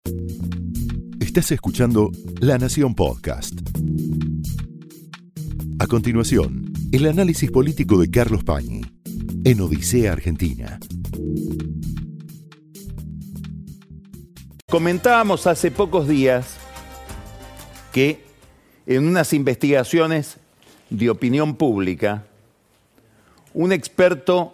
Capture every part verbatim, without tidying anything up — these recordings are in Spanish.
Estás escuchando La Nación Podcast. A continuación, el análisis político de Carlos Pañi en Odisea Argentina. Comentábamos hace pocos días que en unas investigaciones de opinión pública, un experto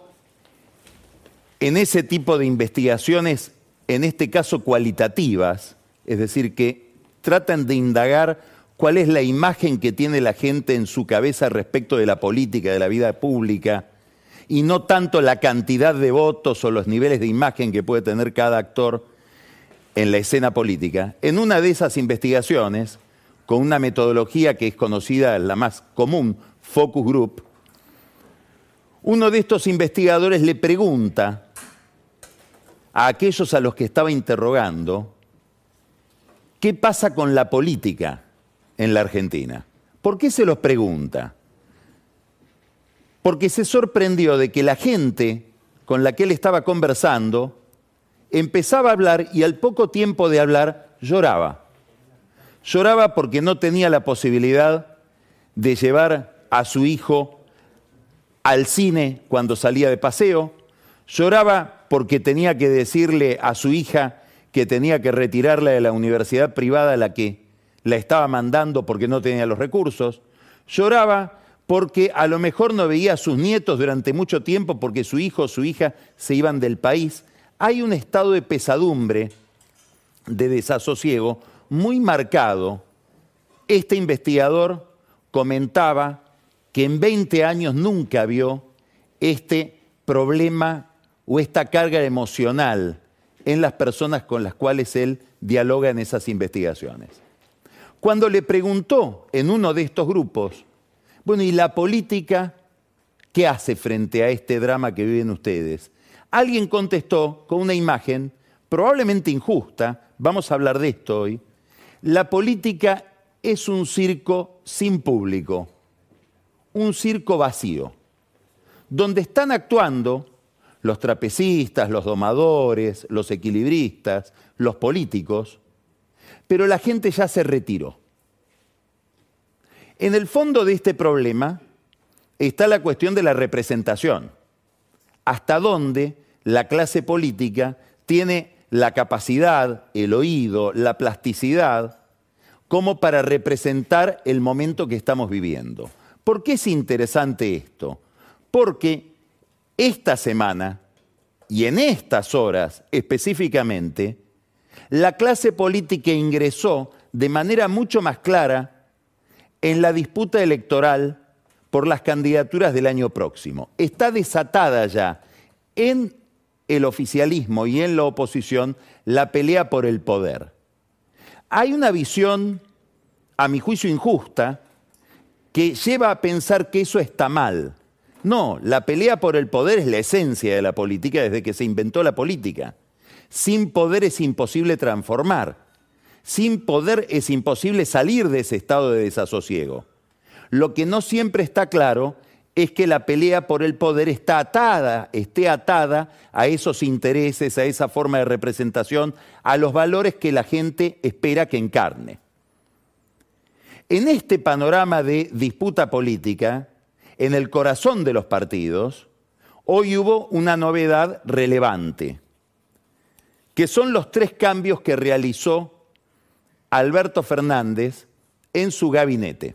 en ese tipo de investigaciones, en este caso cualitativas, es decir, que tratan de indagar cuál es la imagen que tiene la gente en su cabeza respecto de la política, de la vida pública, y no tanto la cantidad de votos o los niveles de imagen que puede tener cada actor en la escena política. En una de esas investigaciones, con una metodología que es conocida, la más común, Focus Group, uno de estos investigadores le pregunta a aquellos a los que estaba interrogando qué pasa con la política en la Argentina. ¿Por qué se los pregunta? Porque se sorprendió de que la gente con la que él estaba conversando empezaba a hablar y al poco tiempo de hablar lloraba. Lloraba porque no tenía la posibilidad de llevar a su hijo al cine cuando salía de paseo. Lloraba porque tenía que decirle a su hija que tenía que retirarla de la universidad privada a la que la estaba mandando porque no tenía los recursos. Lloraba porque a lo mejor no veía a sus nietos durante mucho tiempo porque su hijo o su hija se iban del país. Hay un estado de pesadumbre, de desasosiego, muy marcado. Este investigador comentaba que en veinte años nunca vio este problema o esta carga emocional en las personas con las cuales él dialoga en esas investigaciones. Cuando le preguntó en uno de estos grupos, bueno, ¿y la política qué hace frente a este drama que viven ustedes? Alguien contestó con una imagen probablemente injusta, vamos a hablar de esto hoy. La política es un circo sin público, un circo vacío, donde están actuando los trapecistas, los domadores, los equilibristas, los políticos, pero la gente ya se retiró. En el fondo de este problema está la cuestión de la representación. Hasta dónde la clase política tiene la capacidad, el oído, la plasticidad, como para representar el momento que estamos viviendo. ¿Por qué es interesante esto? Porque esta semana, y en estas horas específicamente, la clase política ingresó de manera mucho más clara en la disputa electoral por las candidaturas del año próximo. Está desatada ya en el oficialismo y en la oposición la pelea por el poder. Hay una visión, a mi juicio injusta, que lleva a pensar que eso está mal. No, la pelea por el poder es la esencia de la política desde que se inventó la política. Sin poder es imposible transformar. Sin poder es imposible salir de ese estado de desasosiego. Lo que no siempre está claro es que la pelea por el poder está atada, esté atada a esos intereses, a esa forma de representación, a los valores que la gente espera que encarne. En este panorama de disputa política, en el corazón de los partidos, hoy hubo una novedad relevante, que son los tres cambios que realizó Alberto Fernández en su gabinete.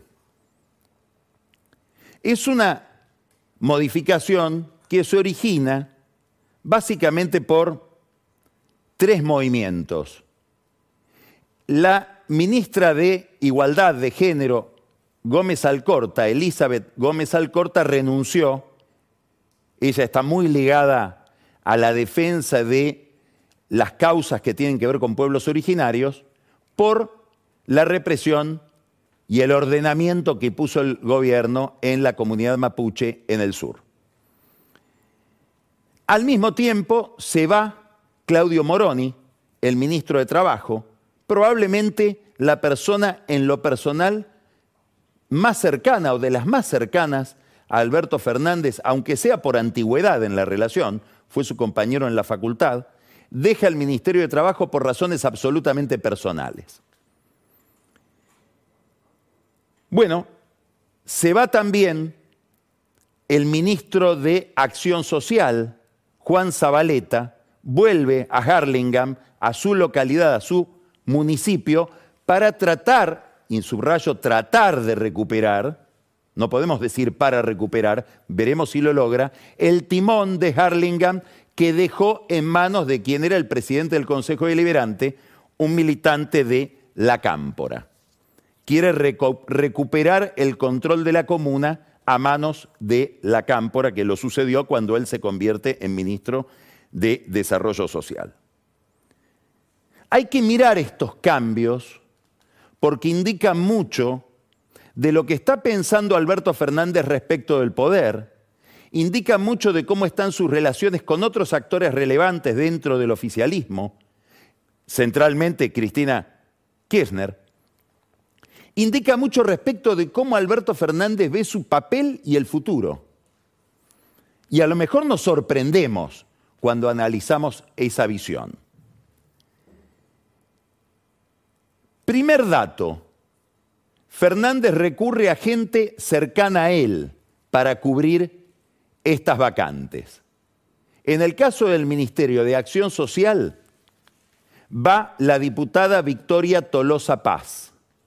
Es una modificación que se origina básicamente por tres movimientos. La ministra de Igualdad de Género, Gómez Alcorta, Elizabeth Gómez Alcorta, renunció. Ella está muy ligada a la defensa de las causas que tienen que ver con pueblos originarios por la represión y el ordenamiento que puso el gobierno en la comunidad mapuche en el sur. Al mismo tiempo se va Claudio Moroni, el ministro de Trabajo, probablemente la persona en lo personal más cercana o de las más cercanas a Alberto Fernández, aunque sea por antigüedad en la relación, fue su compañero en la facultad, deja el Ministerio de Trabajo por razones absolutamente personales. Bueno, se va también el ministro de Acción Social, Juan Zabaleta, vuelve a Hurlingham, a su localidad, a su municipio, para tratar, y subrayo, tratar de recuperar, no podemos decir para recuperar, veremos si lo logra, el timón de Hurlingham que dejó en manos de quien era el presidente del Consejo Deliberante, un militante de la Cámpora. Quiere recu- recuperar el control de la comuna a manos de la Cámpora, que lo sucedió cuando él se convierte en ministro de Desarrollo Social. Hay que mirar estos cambios porque indican mucho de lo que está pensando Alberto Fernández respecto del poder, indican mucho de cómo están sus relaciones con otros actores relevantes dentro del oficialismo, centralmente Cristina Kirchner, indica mucho respecto de cómo Alberto Fernández ve su papel y el futuro. Y a lo mejor nos sorprendemos cuando analizamos esa visión. Primer dato, Fernández recurre a gente cercana a él para cubrir estas vacantes. En el caso del Ministerio de Acción Social, va la diputada Victoria Tolosa Paz.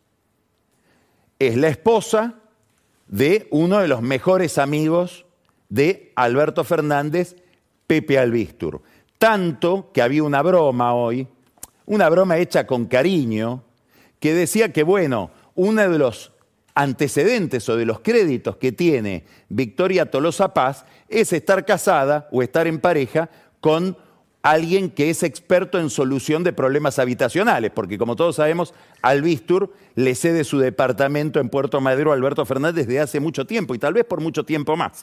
Es la esposa de uno de los mejores amigos de Alberto Fernández, Pepe Albistur. Tanto que había una broma hoy, una broma hecha con cariño, que decía que, bueno, uno de los antecedentes o de los créditos que tiene Victoria Tolosa Paz es estar casada o estar en pareja con alguien que es experto en solución de problemas habitacionales, porque como todos sabemos, Albistur le cede su departamento en Puerto Madero a Alberto Fernández desde hace mucho tiempo y tal vez por mucho tiempo más.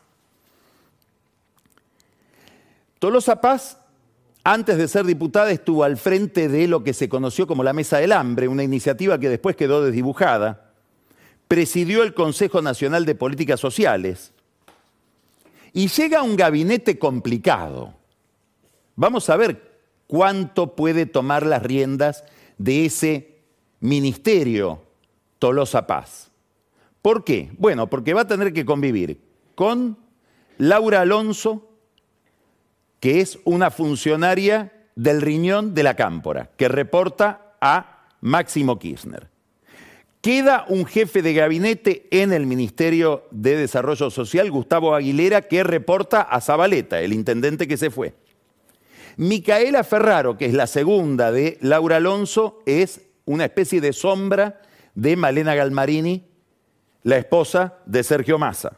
Tolosa Paz, antes de ser diputada, estuvo al frente de lo que se conoció como la Mesa del Hambre, una iniciativa que después quedó desdibujada. Presidió el Consejo Nacional de Políticas Sociales y llega a un gabinete complicado. Vamos a ver cuánto puede tomar las riendas de ese ministerio Tolosa Paz. ¿Por qué? Bueno, porque va a tener que convivir con Laura Alonso, que es una funcionaria del riñón de la Cámpora, que reporta a Máximo Kirchner. Queda un jefe de gabinete en el Ministerio de Desarrollo Social, Gustavo Aguilera, que reporta a Zabaleta, el intendente que se fue. Micaela Ferraro, que es la segunda de Laura Alonso, es una especie de sombra de Malena Galmarini, la esposa de Sergio Massa.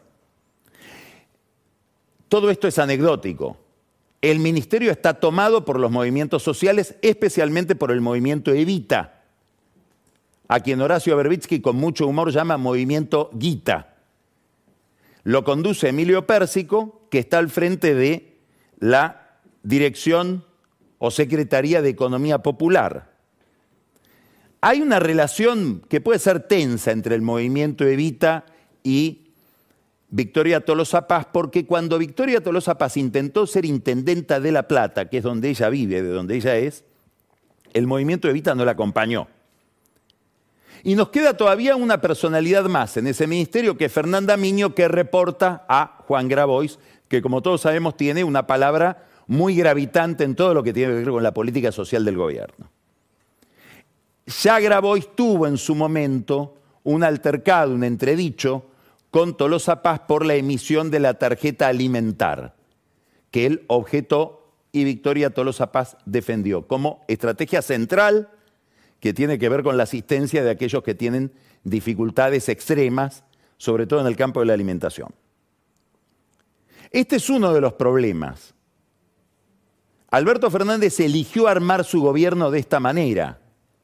Todo esto es anecdótico. El ministerio está tomado por los movimientos sociales, especialmente por el movimiento Evita, a quien Horacio Verbitsky con mucho humor llama movimiento Guita. Lo conduce Emilio Pérsico, que está al frente de la Dirección o Secretaría de Economía Popular. Hay una relación que puede ser tensa entre el movimiento Evita y Victoria Tolosa Paz, porque cuando Victoria Tolosa Paz intentó ser intendenta de La Plata, que es donde ella vive, de donde ella es, el movimiento Evita no la acompañó. Y nos queda todavía una personalidad más en ese ministerio, que es Fernanda Miño, que reporta a Juan Grabois, que como todos sabemos tiene una palabra muy gravitante en todo lo que tiene que ver con la política social del gobierno. Ya Grabois tuvo en su momento un altercado, un entredicho con Tolosa Paz por la emisión de la tarjeta alimentar, que él objetó y Victoria Tolosa Paz defendió como estrategia central que tiene que ver con la asistencia de aquellos que tienen dificultades extremas, sobre todo en el campo de la alimentación. Este es uno de los problemas. Alberto Fernández eligió armar su gobierno de esta manera.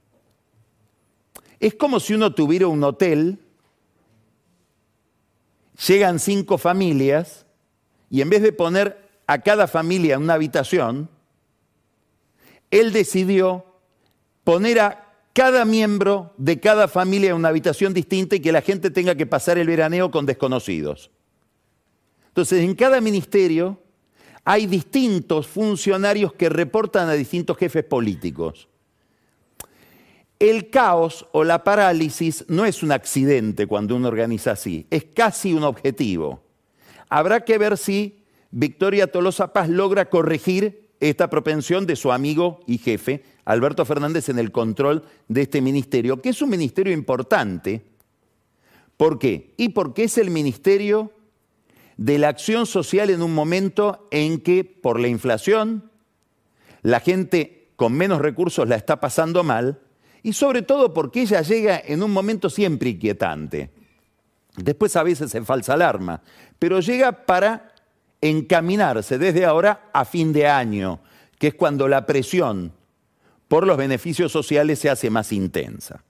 Es como si uno tuviera un hotel, llegan cinco familias y en vez de poner a cada familia en una habitación, él decidió poner a cada miembro de cada familia en una habitación distinta y que la gente tenga que pasar el veraneo con desconocidos. Entonces, en cada ministerio hay distintos funcionarios que reportan a distintos jefes políticos. El caos o la parálisis no es un accidente cuando uno organiza así, es casi un objetivo. Habrá que ver si Victoria Tolosa Paz logra corregir esta propensión de su amigo y jefe, Alberto Fernández, en el control de este ministerio, que es un ministerio importante. ¿Por qué? Y porque es el ministerio de la acción social en un momento en que, por la inflación, la gente con menos recursos la está pasando mal, y sobre todo porque ella llega en un momento siempre inquietante. Después a veces se falsa alarma, pero llega para encaminarse desde ahora a fin de año, que es cuando la presión por los beneficios sociales se hace más intensa.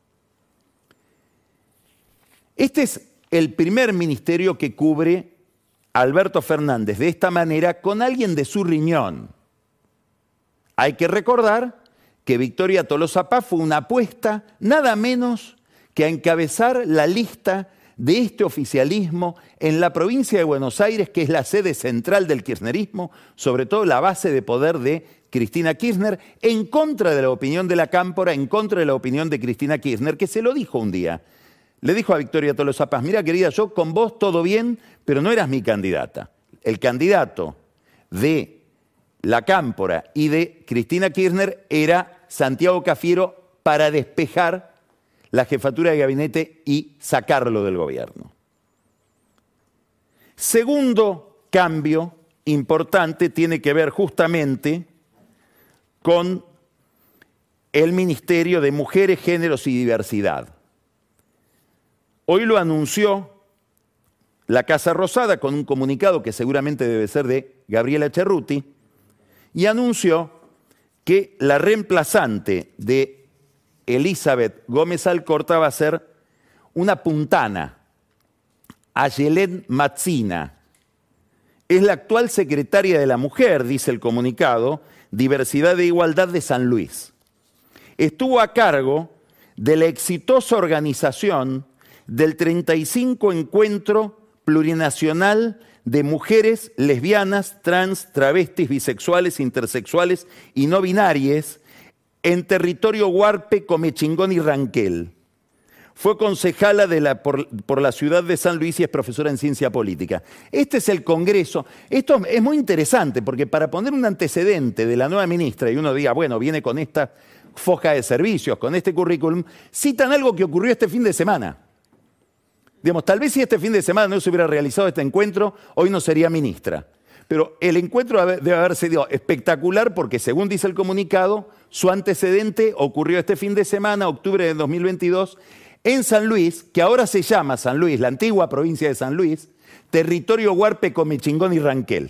Este es el primer ministerio que cubre Alberto Fernández de esta manera con alguien de su riñón. Hay que recordar que Victoria Tolosa Paz fue una apuesta nada menos que a encabezar la lista de este oficialismo en la provincia de Buenos Aires, que es la sede central del kirchnerismo, sobre todo la base de poder de Cristina Kirchner, en contra de la opinión de la Cámpora, en contra de la opinión de Cristina Kirchner, que se lo dijo un día. Le dijo a Victoria Tolosa Paz: mira, querida, yo con vos todo bien, pero no eras mi candidata. El candidato de la Cámpora y de Cristina Kirchner era Santiago Cafiero para despejar la jefatura de gabinete y sacarlo del gobierno. Segundo cambio importante tiene que ver justamente con el Ministerio de Mujeres, Géneros y Diversidad. Hoy lo anunció la Casa Rosada con un comunicado que seguramente debe ser de Gabriela Cerruti, y anunció que la reemplazante de Elizabeth Gómez Alcorta va a ser una puntana, Ayelén Mazzina. Es la actual secretaria de la Mujer, dice el comunicado, Diversidad e Igualdad de San Luis. Estuvo a cargo de la exitosa organización del treinta y cinco Encuentro Plurinacional de Mujeres Lesbianas, Trans, Travestis, Bisexuales, Intersexuales y No Binarias en territorio Huarpe, Comechingón y Ranquel. Fue concejala de la, por, por la ciudad de San Luis y es profesora en ciencia política. Este es el Congreso. Esto es muy interesante porque para poner un antecedente de la nueva ministra y uno diga, bueno, viene con esta foja de servicios, con este currículum, citan algo que ocurrió este fin de semana. Digamos, tal vez si este fin de semana no se hubiera realizado este encuentro, hoy no sería ministra. Pero el encuentro debe haber sido espectacular porque, según dice el comunicado, su antecedente ocurrió este fin de semana, octubre de dos mil veintidós, en San Luis, que ahora se llama San Luis, la antigua provincia de San Luis, territorio Huarpe, Comechingón y Ranquel.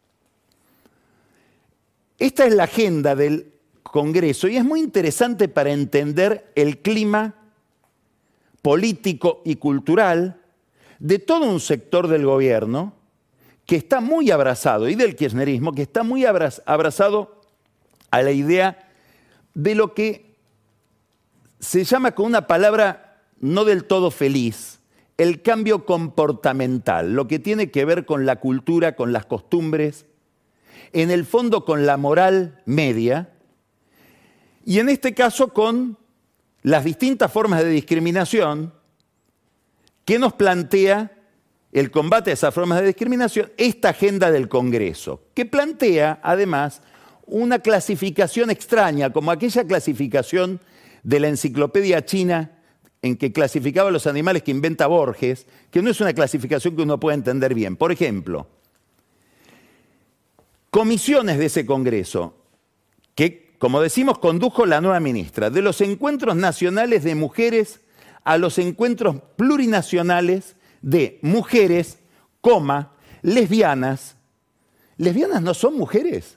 Esta es la agenda del Congreso y es muy interesante para entender el clima político y cultural de todo un sector del gobierno que está muy abrazado, y del kirchnerismo, que está muy abrazado a la idea de lo que se llama con una palabra no del todo feliz, el cambio comportamental, lo que tiene que ver con la cultura, con las costumbres, en el fondo con la moral media, y en este caso con las distintas formas de discriminación que nos plantea el combate a esas formas de discriminación, esta agenda del Congreso, que plantea además una clasificación extraña, como aquella clasificación de la enciclopedia china en que clasificaba los animales que inventa Borges, que no es una clasificación que uno pueda entender bien. Por ejemplo, comisiones de ese Congreso, que, como decimos, condujo la nueva ministra, de los encuentros nacionales de mujeres a los encuentros plurinacionales de mujeres, coma, lesbianas. ¿Lesbianas no son mujeres?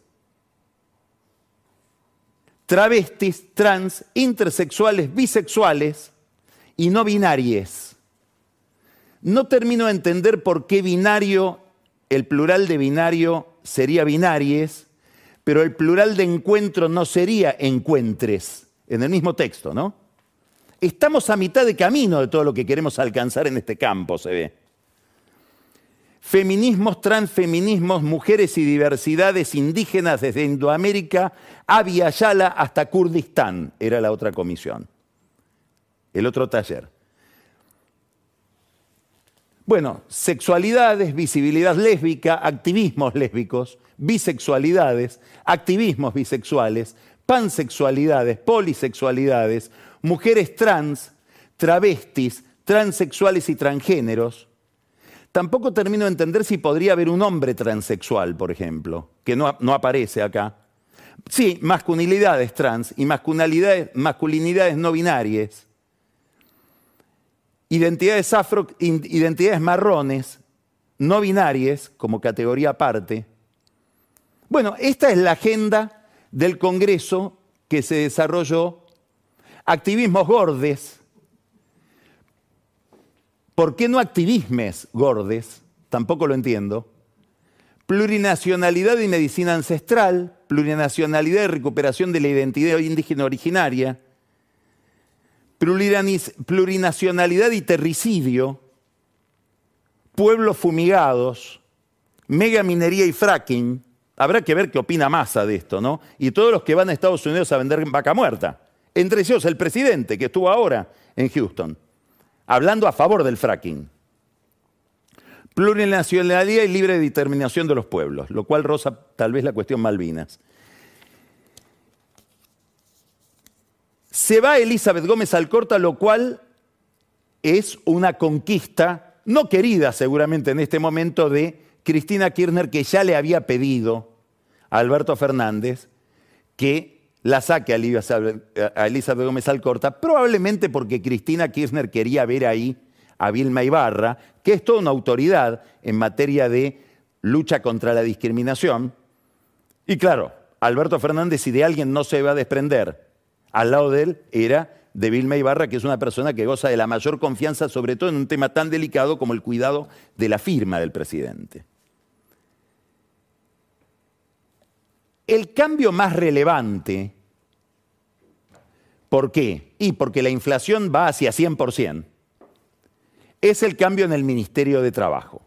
Travestis, trans, intersexuales, bisexuales y no binarias. No termino de entender por qué binario, el plural de binario sería binaries, pero el plural de encuentro no sería encuentres, en el mismo texto, ¿no? Estamos a mitad de camino de todo lo que queremos alcanzar en este campo, se ve. feminismos, transfeminismos, mujeres y diversidades indígenas desde Indoamérica a Villayala hasta Kurdistán, era la otra comisión, el otro taller. Bueno, sexualidades, visibilidad lésbica, activismos lésbicos, bisexualidades, activismos bisexuales, pansexualidades, polisexualidades, mujeres trans, travestis, transexuales y transgéneros. Tampoco termino de entender si podría haber un hombre transexual, por ejemplo, que no, no aparece acá. Sí, masculinidades trans y masculinidades, masculinidades no binarias. Identidades afro, identidades marrones, no binarias, como categoría aparte. Bueno, esta es la agenda del Congreso que se desarrolló. Activismos gordes. ¿Por qué no activismes gordes? Tampoco lo entiendo. Plurinacionalidad y medicina ancestral, plurinacionalidad y recuperación de la identidad indígena originaria, plurinacionalidad y terricidio, pueblos fumigados, megaminería y fracking. Habrá que ver qué opina Massa de esto, ¿no? Y todos los que van a Estados Unidos a vender vaca muerta. Entre ellos el presidente, que estuvo ahora en Houston, hablando a favor del fracking. Plurinacionalidad y libre determinación de los pueblos, lo cual roza tal vez la cuestión Malvinas. Se va Elizabeth Gómez Alcorta, lo cual es una conquista, no querida seguramente en este momento, de Cristina Kirchner, que ya le había pedido a Alberto Fernández que la saque a Elizabeth Gómez Alcorta, probablemente porque Cristina Kirchner quería ver ahí a Vilma Ibarra, que es toda una autoridad en materia de lucha contra la discriminación. Y claro, Alberto Fernández, si de alguien no se va a desprender al lado de él, era de Vilma Ibarra, que es una persona que goza de la mayor confianza, sobre todo en un tema tan delicado como el cuidado de la firma del presidente. El cambio más relevante, ¿por qué? Y porque la inflación va hacia cien por ciento, es el cambio en el Ministerio de Trabajo.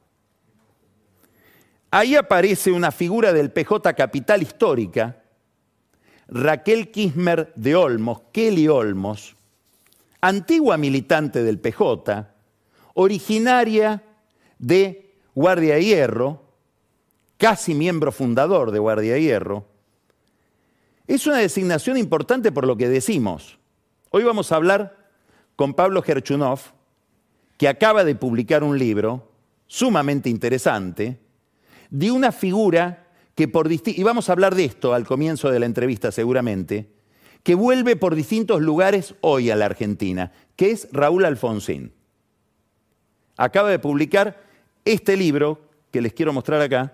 Ahí aparece una figura del P J Capital Histórica, Raquel Kismer de Olmos, Kelly Olmos, antigua militante del P J, originaria de Guardia de Hierro, casi miembro fundador de Guardia de Hierro. Es una designación importante por lo que decimos. Hoy vamos a hablar con Pablo Gerchunov, que acaba de publicar un libro sumamente interesante, de una figura que por distintos, y vamos a hablar de esto al comienzo de la entrevista seguramente, que vuelve por distintos lugares hoy a la Argentina, que es Raúl Alfonsín. Acaba de publicar este libro, que les quiero mostrar acá,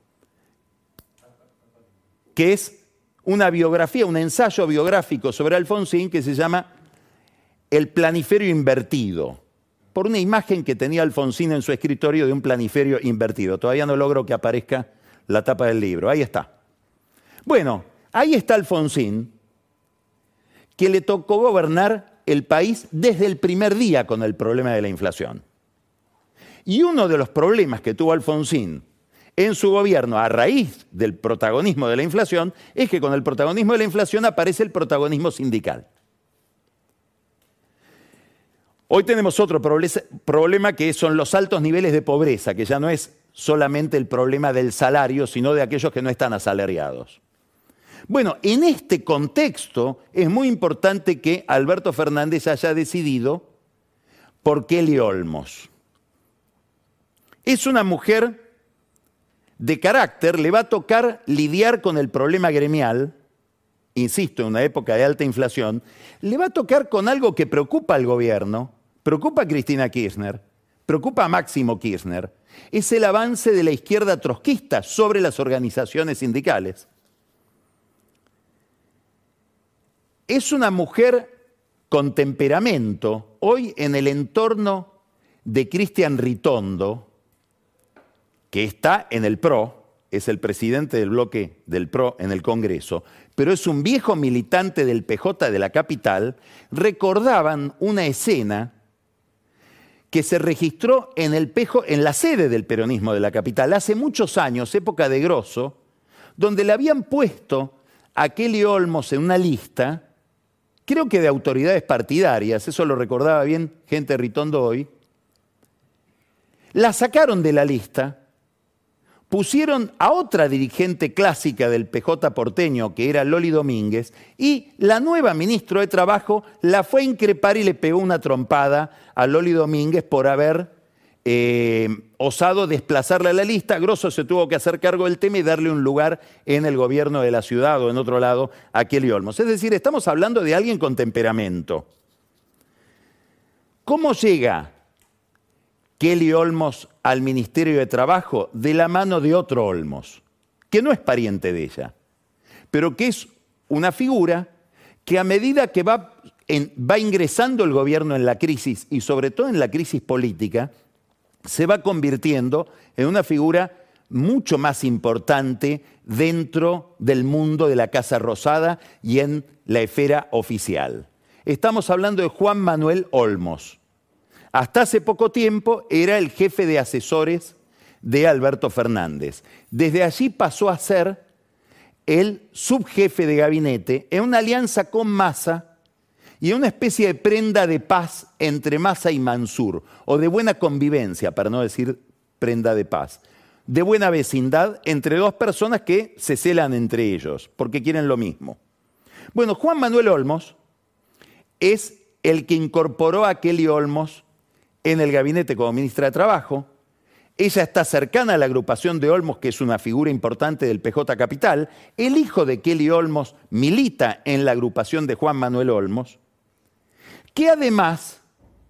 que es una biografía, un ensayo biográfico sobre Alfonsín que se llama El planiferio invertido, por una imagen que tenía Alfonsín en su escritorio de un planiferio invertido. Todavía no logro que aparezca la tapa del libro. Ahí está. Bueno, ahí está Alfonsín, que le tocó gobernar el país desde el primer día con el problema de la inflación. Y uno de los problemas que tuvo Alfonsín en su gobierno a raíz del protagonismo de la inflación es que con el protagonismo de la inflación aparece el protagonismo sindical. Hoy tenemos otro problema que son los altos niveles de pobreza, que ya no es solamente el problema del salario, sino de aquellos que no están asalariados. Bueno, en este contexto es muy importante que Alberto Fernández haya decidido por Kelly Olmos. Es una mujer de carácter, le va a tocar lidiar con el problema gremial, insisto, en una época de alta inflación, le va a tocar con algo que preocupa al gobierno, preocupa a Cristina Kirchner, preocupa a Máximo Kirchner, es el avance de la izquierda trotskista sobre las organizaciones sindicales. Es una mujer con temperamento. Hoy en el entorno de Cristian Ritondo, que está en el P R O, es el presidente del bloque del P R O en el Congreso, pero es un viejo militante del P J de la capital, recordaban una escena que se registró en el Pejo, en la sede del peronismo de la capital, hace muchos años, época de Grosso, donde le habían puesto a Kelly Olmos en una lista, creo que de autoridades partidarias, eso lo recordaba bien gente de Ritondo hoy. La sacaron de la lista, pusieron a otra dirigente clásica del P J porteño, que era Loli Domínguez, y la nueva ministra de Trabajo la fue a increpar y le pegó una trompada a Loli Domínguez por haber eh, osado desplazarla a la lista. Grosso se tuvo que hacer cargo del tema y darle un lugar en el gobierno de la ciudad o en otro lado a Kelly Olmos. Es decir, estamos hablando de alguien con temperamento. ¿Cómo llega Kelly Olmos al Ministerio de Trabajo? De la mano de otro Olmos, que no es pariente de ella, pero que es una figura que a medida que va, en, va ingresando el gobierno en la crisis, y sobre todo en la crisis política, se va convirtiendo en una figura mucho más importante dentro del mundo de la Casa Rosada y en la esfera oficial. Estamos hablando de Juan Manuel Olmos. Hasta hace poco tiempo era el jefe de asesores de Alberto Fernández. Desde allí pasó a ser el subjefe de gabinete en una alianza con Massa y en una especie de prenda de paz entre Massa y Mansur, o de buena convivencia, para no decir prenda de paz, de buena vecindad entre dos personas que se celan entre ellos, porque quieren lo mismo. Bueno, Juan Manuel Olmos es el que incorporó a Kelly Olmos en el gabinete como ministra de Trabajo. Ella está cercana a la agrupación de Olmos, que es una figura importante del P J Capital. El hijo de Kelly Olmos milita en la agrupación de Juan Manuel Olmos, que además,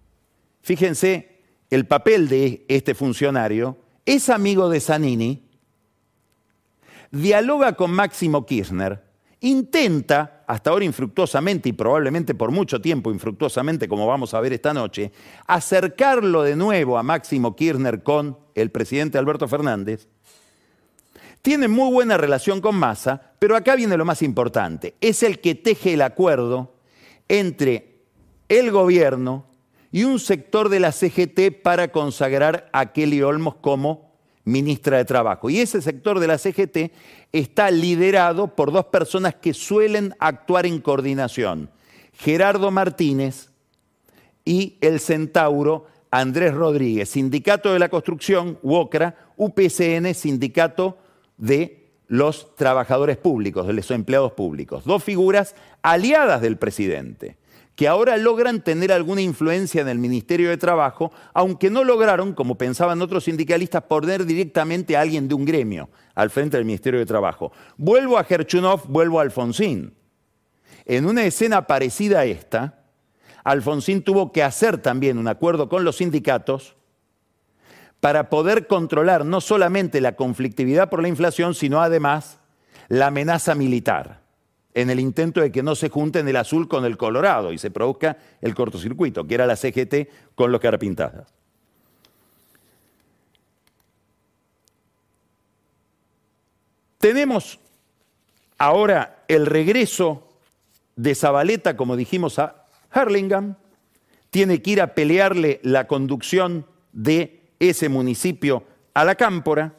fíjense el papel de este funcionario, es amigo de Zanini, dialoga con Máximo Kirchner, intenta, hasta ahora infructuosamente y probablemente por mucho tiempo infructuosamente, como vamos a ver esta noche, acercarlo de nuevo a Máximo Kirchner con el presidente Alberto Fernández. Tiene muy buena relación con Massa, pero acá viene lo más importante. Es el que teje el acuerdo entre el gobierno y un sector de la C G T para consagrar a Kelly Olmos como ministra de Trabajo. Y ese sector de la C G T está liderado por dos personas que suelen actuar en coordinación: Gerardo Martínez y el centauro Andrés Rodríguez, Sindicato de la Construcción, UOCRA, U P C N, Sindicato de los Trabajadores Públicos, de los Empleados Públicos. Dos figuras aliadas del presidente, que ahora logran tener alguna influencia en el Ministerio de Trabajo, aunque no lograron, como pensaban otros sindicalistas, poner directamente a alguien de un gremio al frente del Ministerio de Trabajo. Vuelvo a Gerchunov, vuelvo a Alfonsín. En una escena parecida a esta, Alfonsín tuvo que hacer también un acuerdo con los sindicatos para poder controlar no solamente la conflictividad por la inflación, sino además la amenaza militar, en el intento de que no se junten el azul con el colorado y se produzca el cortocircuito, que era la C G T con los carapintadas. Tenemos ahora el regreso de Zabaleta, como dijimos, a Hurlingham. Tiene que ir a pelearle la conducción de ese municipio a la Cámpora.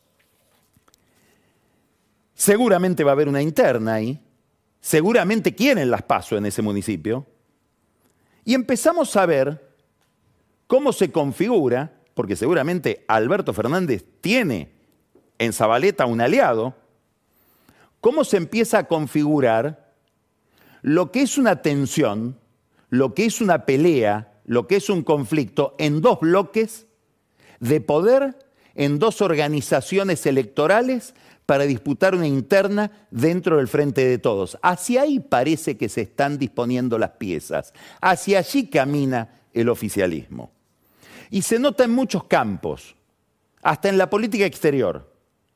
Seguramente va a haber una interna ahí. Seguramente quieren las PASO en ese municipio. Y empezamos a ver cómo se configura, porque seguramente Alberto Fernández tiene en Zabaleta un aliado, cómo se empieza a configurar lo que es una tensión, lo que es una pelea, lo que es un conflicto en dos bloques de poder, en dos organizaciones electorales para disputar una interna dentro del Frente de Todos. Hacia ahí parece que se están disponiendo las piezas. Hacia allí camina el oficialismo. Y se nota en muchos campos, hasta en la política exterior.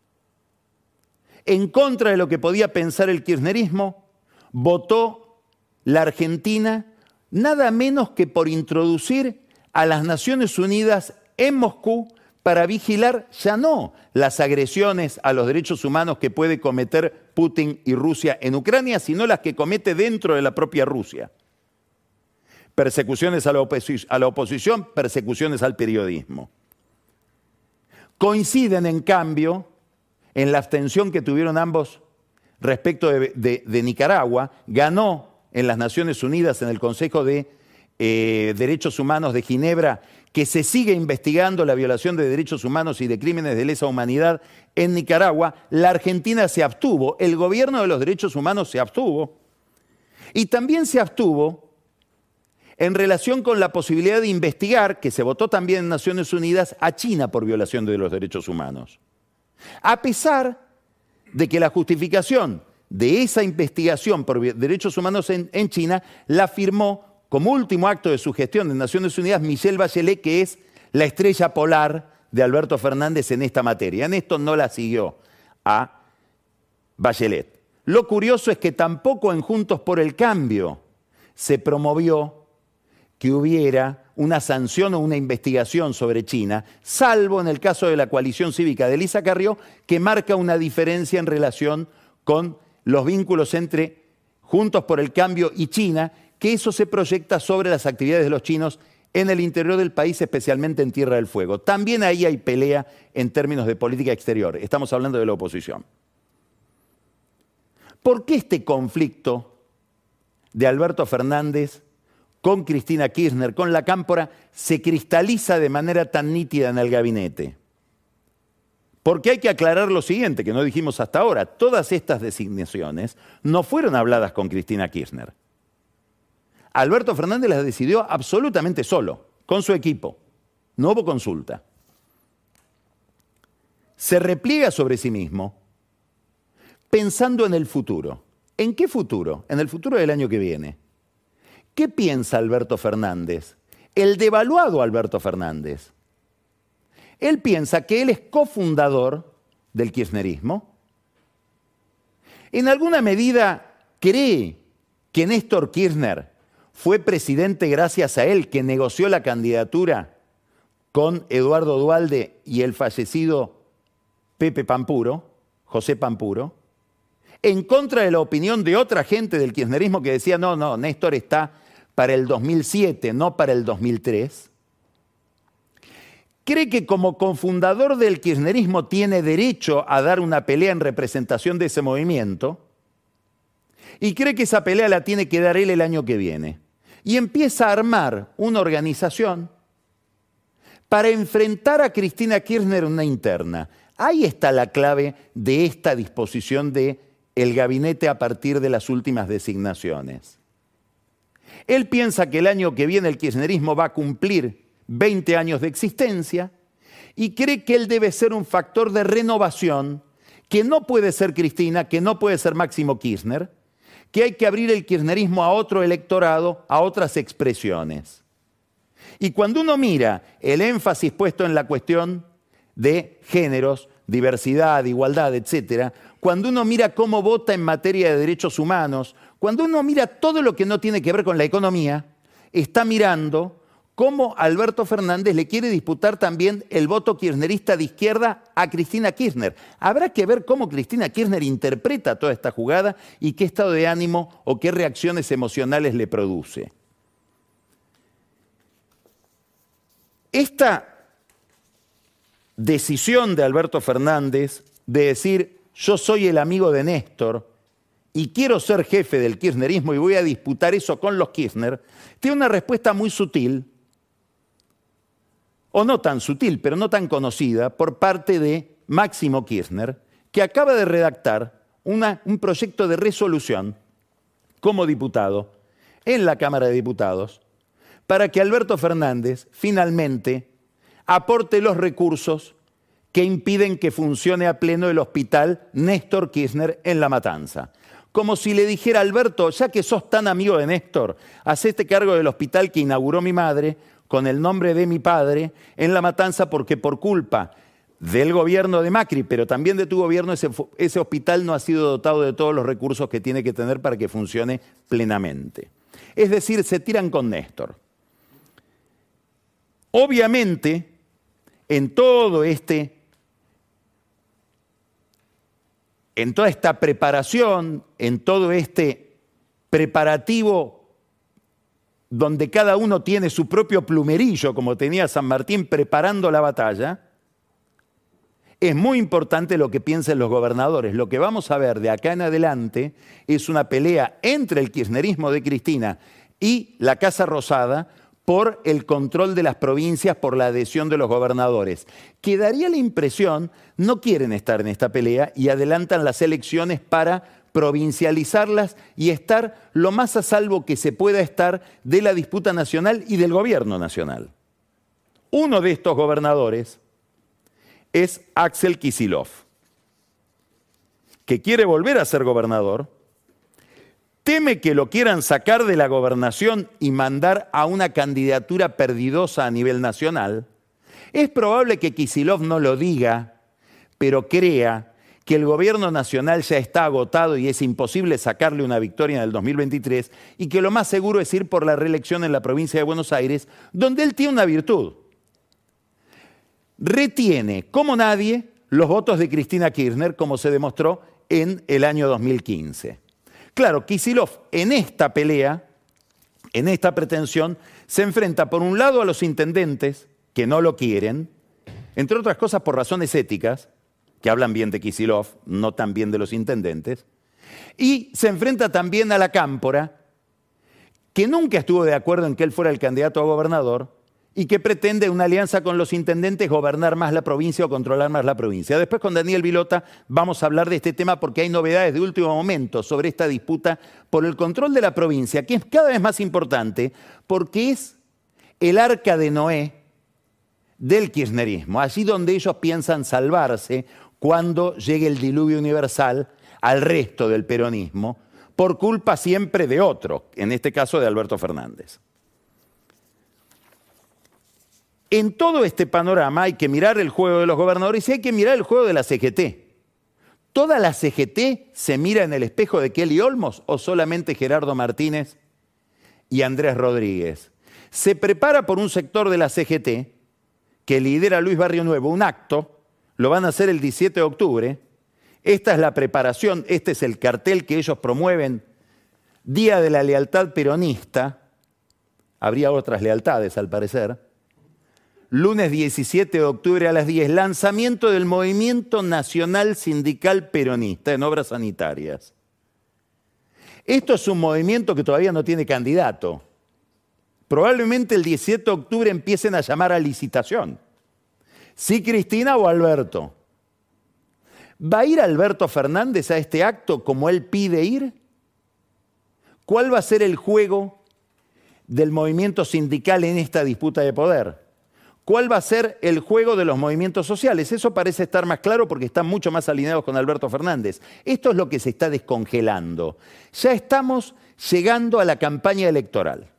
En contra de lo que podía pensar el kirchnerismo, votó la Argentina nada menos que por introducir a las Naciones Unidas en Moscú para vigilar ya no las agresiones a los derechos humanos que puede cometer Putin y Rusia en Ucrania, sino las que comete dentro de la propia Rusia. persecuciones a la, oposi- a la oposición, persecuciones al periodismo. Coinciden, en cambio, en la abstención que tuvieron ambos respecto de, de, de Nicaragua. Ganó en las Naciones Unidas, en el Consejo de eh, Derechos Humanos de Ginebra, que se sigue investigando la violación de derechos humanos y de crímenes de lesa humanidad en Nicaragua. La Argentina se abstuvo, el gobierno de los derechos humanos se abstuvo, y también se abstuvo en relación con la posibilidad de investigar, que se votó también en Naciones Unidas, a China por violación de los derechos humanos. A pesar de que la justificación de esa investigación por derechos humanos en, en China la firmó como último acto de su gestión en Naciones Unidas Michelle Bachelet, que es la estrella polar de Alberto Fernández en esta materia. En esto no la siguió a Bachelet. Lo curioso es que tampoco en Juntos por el Cambio se promovió que hubiera una sanción o una investigación sobre China, salvo en el caso de la coalición cívica de Elisa Carrió, que marca una diferencia en relación con los vínculos entre Juntos por el Cambio y China, que eso se proyecta sobre las actividades de los chinos en el interior del país, especialmente en Tierra del Fuego. También ahí hay pelea en términos de política exterior. Estamos hablando de la oposición. ¿Por qué este conflicto de Alberto Fernández con Cristina Kirchner, con la Cámpora, se cristaliza de manera tan nítida en el gabinete? Porque hay que aclarar lo siguiente, que no dijimos hasta ahora. Todas estas designaciones no fueron habladas con Cristina Kirchner. Alberto Fernández las decidió absolutamente solo, con su equipo. No hubo consulta. Se repliega sobre sí mismo pensando en el futuro. ¿En qué futuro? En el futuro del año que viene. ¿Qué piensa Alberto Fernández? El devaluado Alberto Fernández. Él piensa que él es cofundador del kirchnerismo. En alguna medida cree que Néstor Kirchner fue presidente gracias a él, que negoció la candidatura con Eduardo Duhalde y el fallecido Pepe Pampuro, José Pampuro, en contra de la opinión de otra gente del kirchnerismo que decía, no, no, Néstor está para el dos mil siete, no para el dos mil tres. Cree que como cofundador del kirchnerismo tiene derecho a dar una pelea en representación de ese movimiento y cree que esa pelea la tiene que dar él el año que viene. Y empieza a armar una organización para enfrentar a Cristina Kirchner en una interna. Ahí está la clave de esta disposición del gabinete a partir de las últimas designaciones. Él piensa que el año que viene el kirchnerismo va a cumplir veinte años de existencia y cree que él debe ser un factor de renovación, que no puede ser Cristina, que no puede ser Máximo Kirchner, que hay que abrir el kirchnerismo a otro electorado, a otras expresiones. Y cuando uno mira el énfasis puesto en la cuestión de géneros, diversidad, igualdad, etcétera, cuando uno mira cómo vota en materia de derechos humanos, cuando uno mira todo lo que no tiene que ver con la economía, está mirando cómo Alberto Fernández le quiere disputar también el voto kirchnerista de izquierda a Cristina Kirchner. Habrá que ver cómo Cristina Kirchner interpreta toda esta jugada y qué estado de ánimo o qué reacciones emocionales le produce. Esta decisión de Alberto Fernández de decir yo soy el amigo de Néstor y quiero ser jefe del kirchnerismo y voy a disputar eso con los Kirchner, tiene una respuesta muy sutil, o no tan sutil, pero no tan conocida, por parte de Máximo Kirchner, que acaba de redactar una, un proyecto de resolución como diputado en la Cámara de Diputados para que Alberto Fernández finalmente aporte los recursos que impiden que funcione a pleno el hospital Néstor Kirchner en La Matanza. Como si le dijera, Alberto, ya que sos tan amigo de Néstor, hacete cargo del hospital que inauguró mi madre, con el nombre de mi padre, en La Matanza, porque por culpa del gobierno de Macri, pero también de tu gobierno, ese, ese hospital no ha sido dotado de todos los recursos que tiene que tener para que funcione plenamente. Es decir, se tiran con Néstor. Obviamente, en todo este, en toda esta preparación, en todo este preparativo donde cada uno tiene su propio plumerillo, como tenía San Martín preparando la batalla, es muy importante lo que piensen los gobernadores. Lo que vamos a ver de acá en adelante es una pelea entre el kirchnerismo de Cristina y la Casa Rosada por el control de las provincias, por la adhesión de los gobernadores. Que daría la impresión, no quieren estar en esta pelea y adelantan las elecciones para provincializarlas y estar lo más a salvo que se pueda estar de la disputa nacional y del gobierno nacional. Uno de estos gobernadores es Axel Kicillof, que quiere volver a ser gobernador, teme que lo quieran sacar de la gobernación y mandar a una candidatura perdidosa a nivel nacional. Es probable que Kicillof no lo diga, pero crea que el gobierno nacional ya está agotado y es imposible sacarle una victoria en el dos mil veintitrés y que lo más seguro es ir por la reelección en la provincia de Buenos Aires, donde él tiene una virtud. Retiene, como nadie, los votos de Cristina Kirchner, como se demostró en el año dos mil quince. Claro, Kicillof en esta pelea, en esta pretensión, se enfrenta por un lado a los intendentes, que no lo quieren, entre otras cosas por razones éticas, que hablan bien de Kicillof, no tan bien de los intendentes, y se enfrenta también a la Cámpora, que nunca estuvo de acuerdo en que él fuera el candidato a gobernador y que pretende una alianza con los intendentes gobernar más la provincia o controlar más la provincia. Después con Daniel Vilota vamos a hablar de este tema porque hay novedades de último momento sobre esta disputa por el control de la provincia, que es cada vez más importante porque es el arca de Noé del kirchnerismo, allí donde ellos piensan salvarse cuando llegue el diluvio universal al resto del peronismo, por culpa siempre de otro, en este caso de Alberto Fernández. En todo este panorama hay que mirar el juego de los gobernadores y hay que mirar el juego de la C G T. ¿Toda la C G T se mira en el espejo de Kelly Olmos o solamente Gerardo Martínez y Andrés Rodríguez? Se prepara por un sector de la C G T que lidera Luis Barrio Nuevo un acto, lo van a hacer el diecisiete de octubre. Esta es la preparación, este es el cartel que ellos promueven, Día de la Lealtad Peronista. Habría otras lealtades al parecer. Lunes diecisiete de octubre a las diez, lanzamiento del Movimiento Nacional Sindical Peronista en Obras Sanitarias. Esto es un movimiento que todavía no tiene candidato. Probablemente el diecisiete de octubre empiecen a llamar a licitación. ¿Sí, Cristina o Alberto? ¿Va a ir Alberto Fernández a este acto como él pide ir? ¿Cuál va a ser el juego del movimiento sindical en esta disputa de poder? ¿Cuál va a ser el juego de los movimientos sociales? Eso parece estar más claro porque están mucho más alineados con Alberto Fernández. Esto es lo que se está descongelando. Ya estamos llegando a la campaña electoral.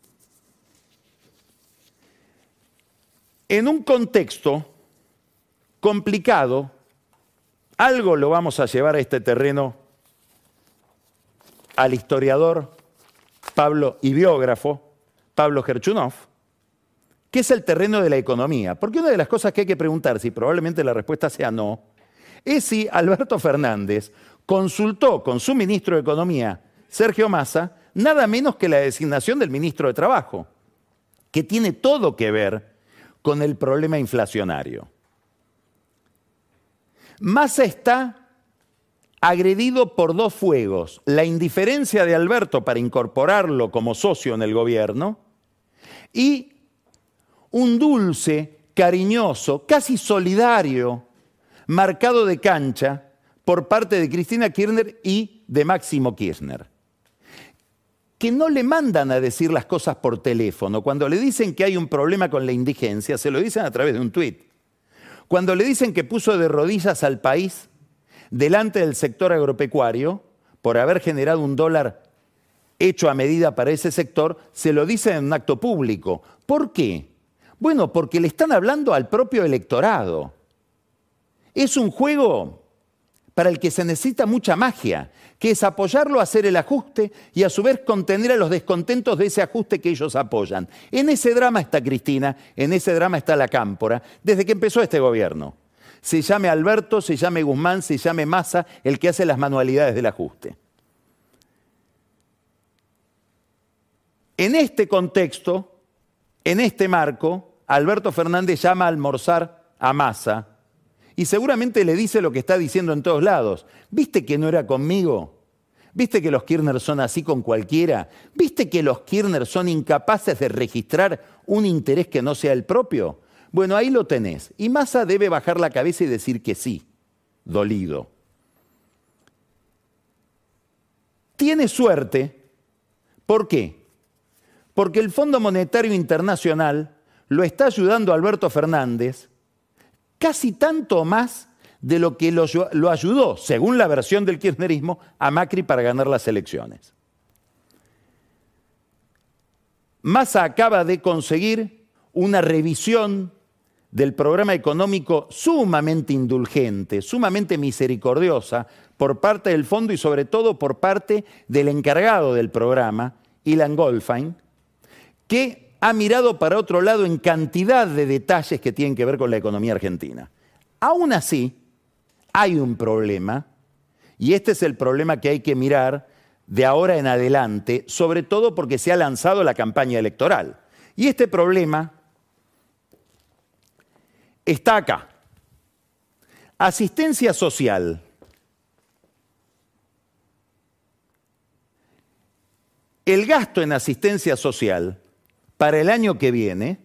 En un contexto complicado, algo lo vamos a llevar a este terreno al historiador Pablo y biógrafo Pablo Gerchunov, que es el terreno de la economía. Porque una de las cosas que hay que preguntarse, y probablemente la respuesta sea no, es si Alberto Fernández consultó con su ministro de Economía, Sergio Massa, nada menos que la designación del ministro de Trabajo, que tiene todo que ver con el problema inflacionario. Massa está agredido por dos fuegos: la indiferencia de Alberto para incorporarlo como socio en el gobierno y un dulce, cariñoso, casi solidario, marcado de cancha por parte de Cristina Kirchner y de Máximo Kirchner, que no le mandan a decir las cosas por teléfono. Cuando le dicen que hay un problema con la indigencia, se lo dicen a través de un tuit. Cuando le dicen que puso de rodillas al país delante del sector agropecuario por haber generado un dólar hecho a medida para ese sector, se lo dicen en un acto público. ¿Por qué? Bueno, porque le están hablando al propio electorado. Es un juego para el que se necesita mucha magia, que es apoyarlo a hacer el ajuste y a su vez contener a los descontentos de ese ajuste que ellos apoyan. En ese drama está Cristina, en ese drama está la Cámpora, desde que empezó este gobierno. Se llame Alberto, se llame Guzmán, se llame Massa, el que hace las manualidades del ajuste. En este contexto, en este marco, Alberto Fernández llama a almorzar a Massa y seguramente le dice lo que está diciendo en todos lados. ¿Viste que no era conmigo? ¿Viste que los Kirchner son así con cualquiera? ¿Viste que los Kirchner son incapaces de registrar un interés que no sea el propio? Bueno, ahí lo tenés. Y Massa debe bajar la cabeza y decir que sí, dolido. Tiene suerte. ¿Por qué? Porque el Fondo Monetario Internacional lo está ayudando a Alberto Fernández casi tanto más de lo que lo, lo ayudó, según la versión del kirchnerismo, a Macri para ganar las elecciones. Massa acaba de conseguir una revisión del programa económico sumamente indulgente, sumamente misericordiosa por parte del fondo y sobre todo por parte del encargado del programa, Ilan Goldfein, que ha mirado para otro lado en cantidad de detalles que tienen que ver con la economía argentina. Aún así, hay un problema, y este es el problema que hay que mirar de ahora en adelante, sobre todo porque se ha lanzado la campaña electoral. Y este problema está acá. Asistencia social. El gasto en asistencia social para el año que viene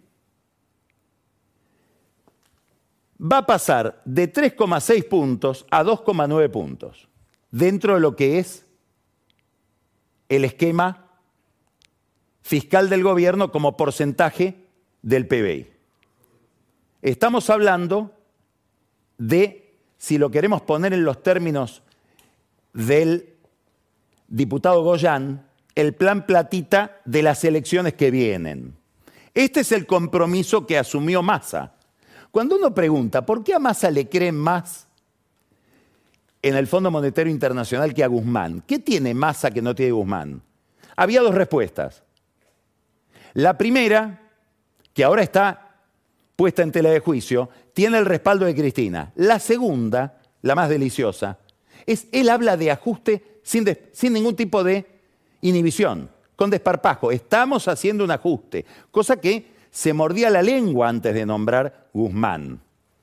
va a pasar de tres coma seis puntos a dos coma nueve puntos, dentro de lo que es el esquema fiscal del gobierno como porcentaje del P B I. Estamos hablando de, si lo queremos poner en los términos del diputado Goyán, el plan platita de las elecciones que vienen. Este es el compromiso que asumió Massa. Cuando uno pregunta, ¿por qué a Massa le creen más en el Fondo Monetario Internacional que a Guzmán? ¿Qué tiene Massa que no tiene Guzmán? Había dos respuestas. La primera, que ahora está puesta en tela de juicio, tiene el respaldo de Cristina. La segunda, la más deliciosa, es él habla de ajuste sin, de, sin ningún tipo de inhibición, con desparpajo. Estamos haciendo un ajuste, cosa que se mordía la lengua antes de nombrar Guzmán.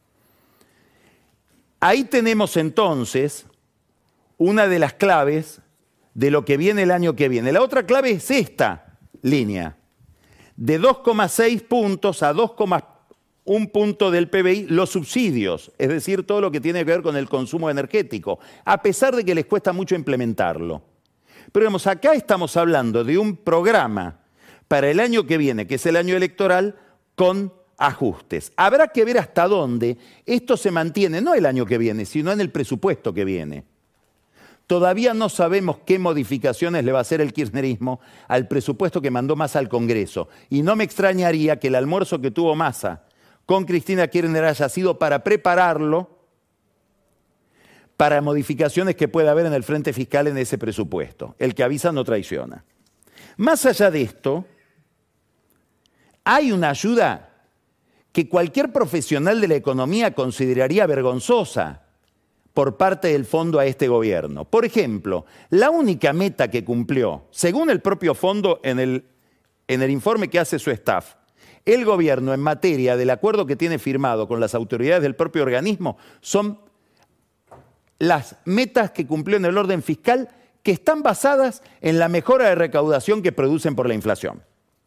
Ahí tenemos entonces una de las claves de lo que viene el año que viene. La otra clave es esta línea. De dos coma seis puntos a dos coma uno punto del P B I los subsidios, es decir, todo lo que tiene que ver con el consumo energético, a pesar de que les cuesta mucho implementarlo. Pero vemos, acá estamos hablando de un programa para el año que viene, que es el año electoral, con ajustes. Habrá que ver hasta dónde esto se mantiene, no el año que viene, sino en el presupuesto que viene. Todavía no sabemos qué modificaciones le va a hacer el kirchnerismo al presupuesto que mandó Massa al Congreso. Y no me extrañaría que el almuerzo que tuvo Massa con Cristina Kirchner haya sido para prepararlo para modificaciones que pueda haber en el frente fiscal en ese presupuesto. El que avisa no traiciona. Más allá de esto, hay una ayuda que cualquier profesional de la economía consideraría vergonzosa por parte del fondo a este gobierno. Por ejemplo, la única meta que cumplió, según el propio fondo en el, en el informe que hace su staff, el gobierno en materia del acuerdo que tiene firmado con las autoridades del propio organismo son las metas que cumplió en el orden fiscal que están basadas en la mejora de recaudación que producen por la inflación.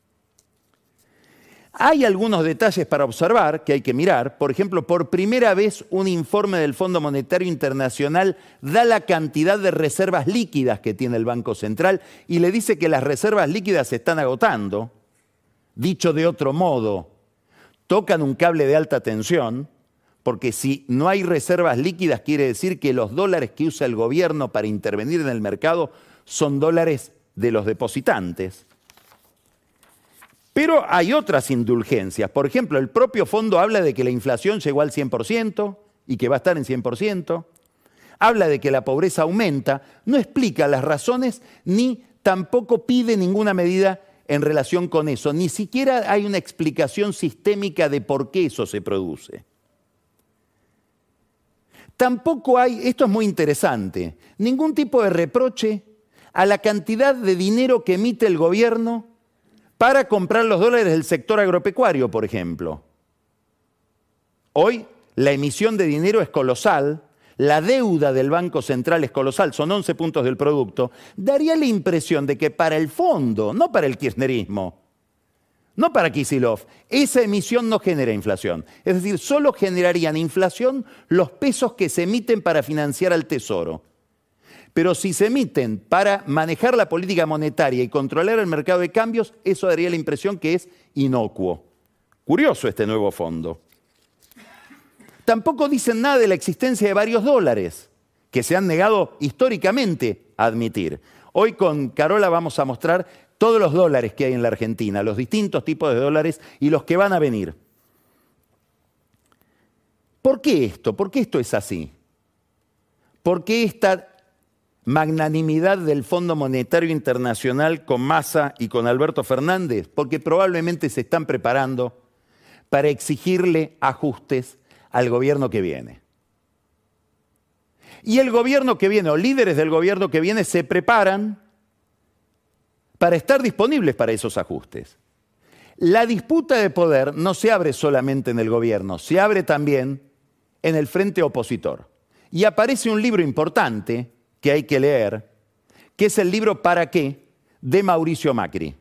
Hay algunos detalles para observar que hay que mirar. Por ejemplo, por primera vez un informe del Fondo Monetario Internacional da la cantidad de reservas líquidas que tiene el Banco Central y le dice que las reservas líquidas se están agotando. Dicho de otro modo, tocan un cable de alta tensión, porque si no hay reservas líquidas quiere decir que los dólares que usa el gobierno para intervenir en el mercado son dólares de los depositantes. Pero hay otras indulgencias. Por ejemplo, el propio fondo habla de que la inflación llegó al cien por ciento y que va a estar en cien por ciento. Habla de que la pobreza aumenta. No explica las razones ni tampoco pide ninguna medida en relación con eso. Ni siquiera hay una explicación sistémica de por qué eso se produce. Tampoco hay, esto es muy interesante, ningún tipo de reproche a la cantidad de dinero que emite el gobierno para comprar los dólares del sector agropecuario, por ejemplo. Hoy la emisión de dinero es colosal, la deuda del Banco Central es colosal, son once puntos del producto. Daría la impresión de que para el fondo, no para el kirchnerismo, no para Kicillof, esa emisión no genera inflación. Es decir, solo generarían inflación los pesos que se emiten para financiar al Tesoro. Pero si se emiten para manejar la política monetaria y controlar el mercado de cambios, eso daría la impresión que es inocuo. Curioso este nuevo fondo. Tampoco dicen nada de la existencia de varios dólares, que se han negado históricamente a admitir. Hoy con Carola vamos a mostrar todos los dólares que hay en la Argentina, los distintos tipos de dólares y los que van a venir. ¿Por qué esto? ¿Por qué esto es así? ¿Por qué esta magnanimidad del Fondo Monetario Internacional con Massa y con Alberto Fernández? Porque probablemente se están preparando para exigirle ajustes al gobierno que viene. Y el gobierno que viene, o líderes del gobierno que viene, se preparan para estar disponibles para esos ajustes. La disputa de poder no se abre solamente en el gobierno, se abre también en el frente opositor. Y aparece un libro importante que hay que leer, que es el libro ¿Para qué?, de Mauricio Macri.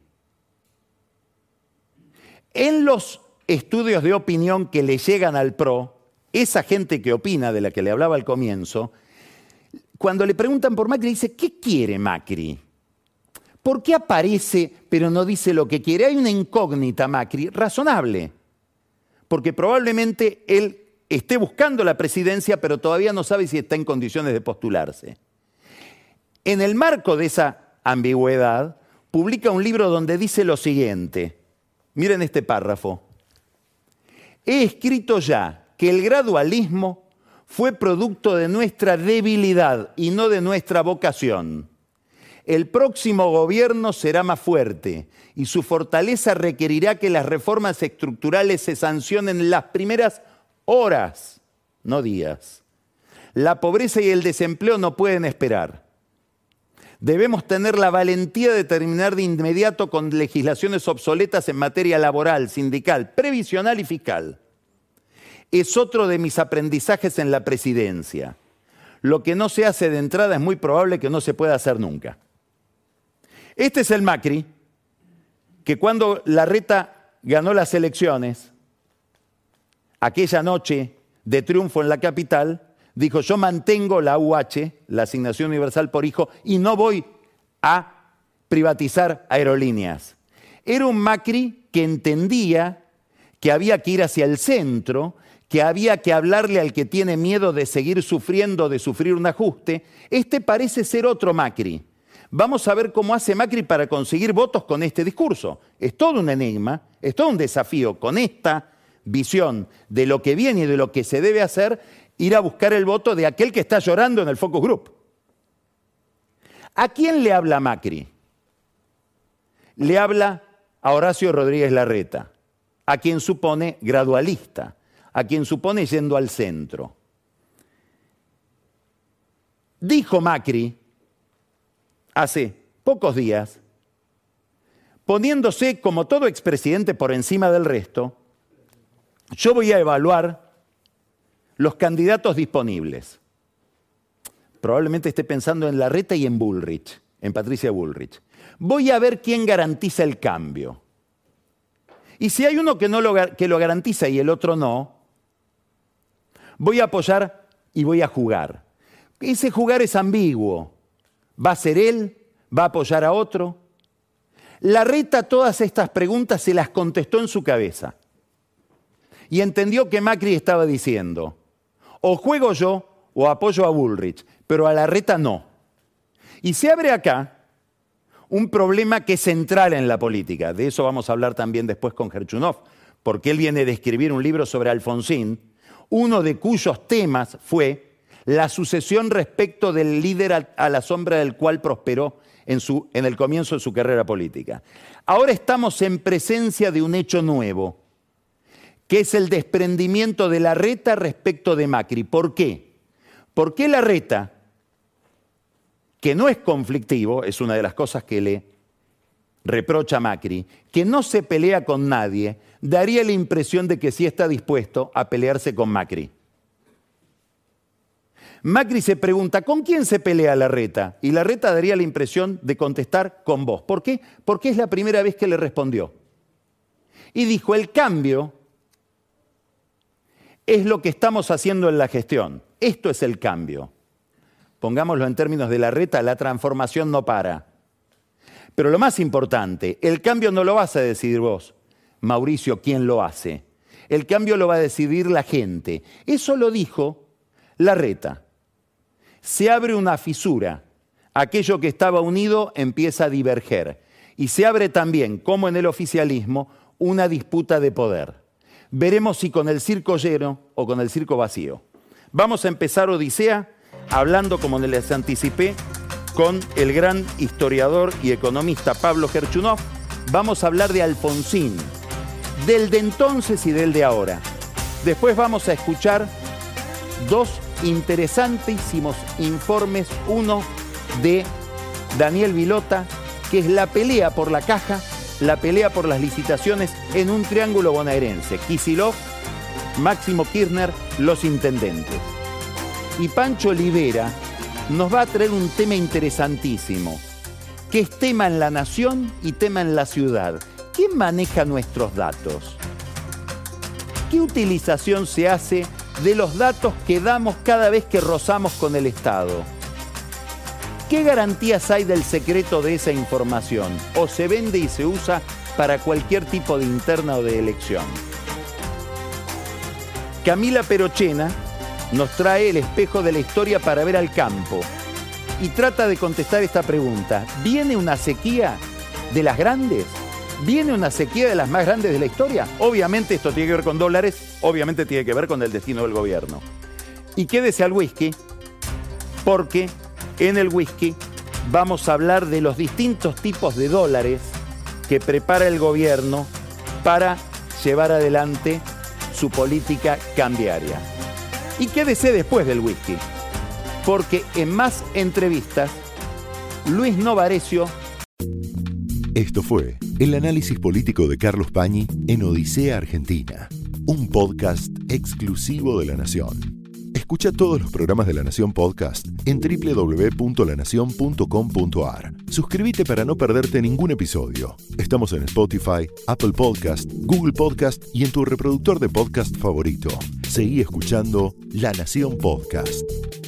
En los estudios de opinión que le llegan al P R O, esa gente que opina, de la que le hablaba al comienzo, cuando le preguntan por Macri, dice, ¿qué quiere Macri? ¿Por qué aparece pero no dice lo que quiere? Hay una incógnita Macri, razonable, porque probablemente él esté buscando la presidencia, pero todavía no sabe si está en condiciones de postularse. En el marco de esa ambigüedad, publica un libro donde dice lo siguiente. Miren este párrafo. He escrito ya que el gradualismo fue producto de nuestra debilidad y no de nuestra vocación. El próximo gobierno será más fuerte y su fortaleza requerirá que las reformas estructurales se sancionen en las primeras horas, no días. La pobreza y el desempleo no pueden esperar. Debemos tener la valentía de terminar de inmediato con legislaciones obsoletas en materia laboral, sindical, previsional y fiscal. Es otro de mis aprendizajes en la presidencia. Lo que no se hace de entrada es muy probable que no se pueda hacer nunca. Este es el Macri que cuando Larreta ganó las elecciones, aquella noche de triunfo en la capital, dijo, yo mantengo la U H, la asignación universal por hijo, y no voy a privatizar aerolíneas. Era un Macri que entendía que había que ir hacia el centro, que había que hablarle al que tiene miedo de seguir sufriendo, de sufrir un ajuste. Este parece ser otro Macri. Vamos a ver cómo hace Macri para conseguir votos con este discurso. Es todo un enigma, es todo un desafío con esta visión de lo que viene y de lo que se debe hacer, ir a buscar el voto de aquel que está llorando en el focus group. ¿A quién le habla Macri? Le habla a Horacio Rodríguez Larreta, a quien supone gradualista, a quien supone yendo al centro. Dijo Macri hace pocos días, poniéndose como todo expresidente por encima del resto, yo voy a evaluar los candidatos disponibles. Probablemente esté pensando en Larreta y en Bullrich, en Patricia Bullrich. Voy a ver quién garantiza el cambio. Y si hay uno que, no lo, que lo garantiza y el otro no, voy a apoyar y voy a jugar. Ese jugar es ambiguo. ¿Va a ser él? ¿Va a apoyar a otro? Larreta todas estas preguntas se las contestó en su cabeza. Y entendió que Macri estaba diciendo, o juego yo o apoyo a Bullrich, pero a Larreta no. Y se abre acá un problema que es central en la política. De eso vamos a hablar también después con Gerchunov, porque él viene de escribir un libro sobre Alfonsín, uno de cuyos temas fue la sucesión respecto del líder a, a la sombra del cual prosperó en, su, en el comienzo de su carrera política. Ahora estamos en presencia de un hecho nuevo, que es el desprendimiento de Larreta respecto de Macri. ¿Por qué? Porque Larreta, que no es conflictivo, es una de las cosas que le reprocha Macri, que no se pelea con nadie, daría la impresión de que sí está dispuesto a pelearse con Macri. Macri se pregunta, ¿con quién se pelea Larreta? Y Larreta daría la impresión de contestar con vos. ¿Por qué? Porque es la primera vez que le respondió. Y dijo, el cambio es lo que estamos haciendo en la gestión. Esto es el cambio. Pongámoslo en términos de Larreta, la transformación no para. Pero lo más importante, el cambio no lo vas a decidir vos, Mauricio, ¿quién lo hace? El cambio lo va a decidir la gente. Eso lo dijo Larreta. Se abre una fisura. Aquello que estaba unido empieza a diverger. Y se abre también, como en el oficialismo, una disputa de poder. Veremos si con el circo lleno o con el circo vacío. Vamos a empezar Odisea hablando, como les anticipé, con el gran historiador y economista Pablo Gerchunov. Vamos a hablar de Alfonsín, del de entonces y del de ahora. Después vamos a escuchar dos interesantísimos informes, uno de Daniel Vilota, que es la pelea por la caja, la pelea por las licitaciones en un triángulo bonaerense. Kicillof, Máximo Kirchner, los intendentes. Y Pancho Olivera nos va a traer un tema interesantísimo, que es tema en la nación y tema en la ciudad. ¿Quién maneja nuestros datos? ¿Qué utilización se hace de los datos que damos cada vez que rozamos con el Estado? ¿Qué garantías hay del secreto de esa información? ¿O se vende y se usa para cualquier tipo de interna o de elección? Camila Perochena nos trae el espejo de la historia para ver al campo y trata de contestar esta pregunta. ¿Viene una sequía de las grandes? ¿Viene una sequía de las más grandes de la historia? Obviamente esto tiene que ver con dólares, obviamente tiene que ver con el destino del gobierno. Y quédese al whisky, porque en el whisky vamos a hablar de los distintos tipos de dólares que prepara el gobierno para llevar adelante su política cambiaria. Y quédese después del whisky, porque en más entrevistas, Luis Novarecio. Esto fue el análisis político de Carlos Pañi en Odisea Argentina, un podcast exclusivo de La Nación. Escucha todos los programas de La Nación Podcast en doble u doble u doble u punto la nación punto com punto a r. Suscríbete para no perderte ningún episodio. Estamos en Spotify, Apple Podcast, Google Podcast y en tu reproductor de podcast favorito. Seguí escuchando La Nación Podcast.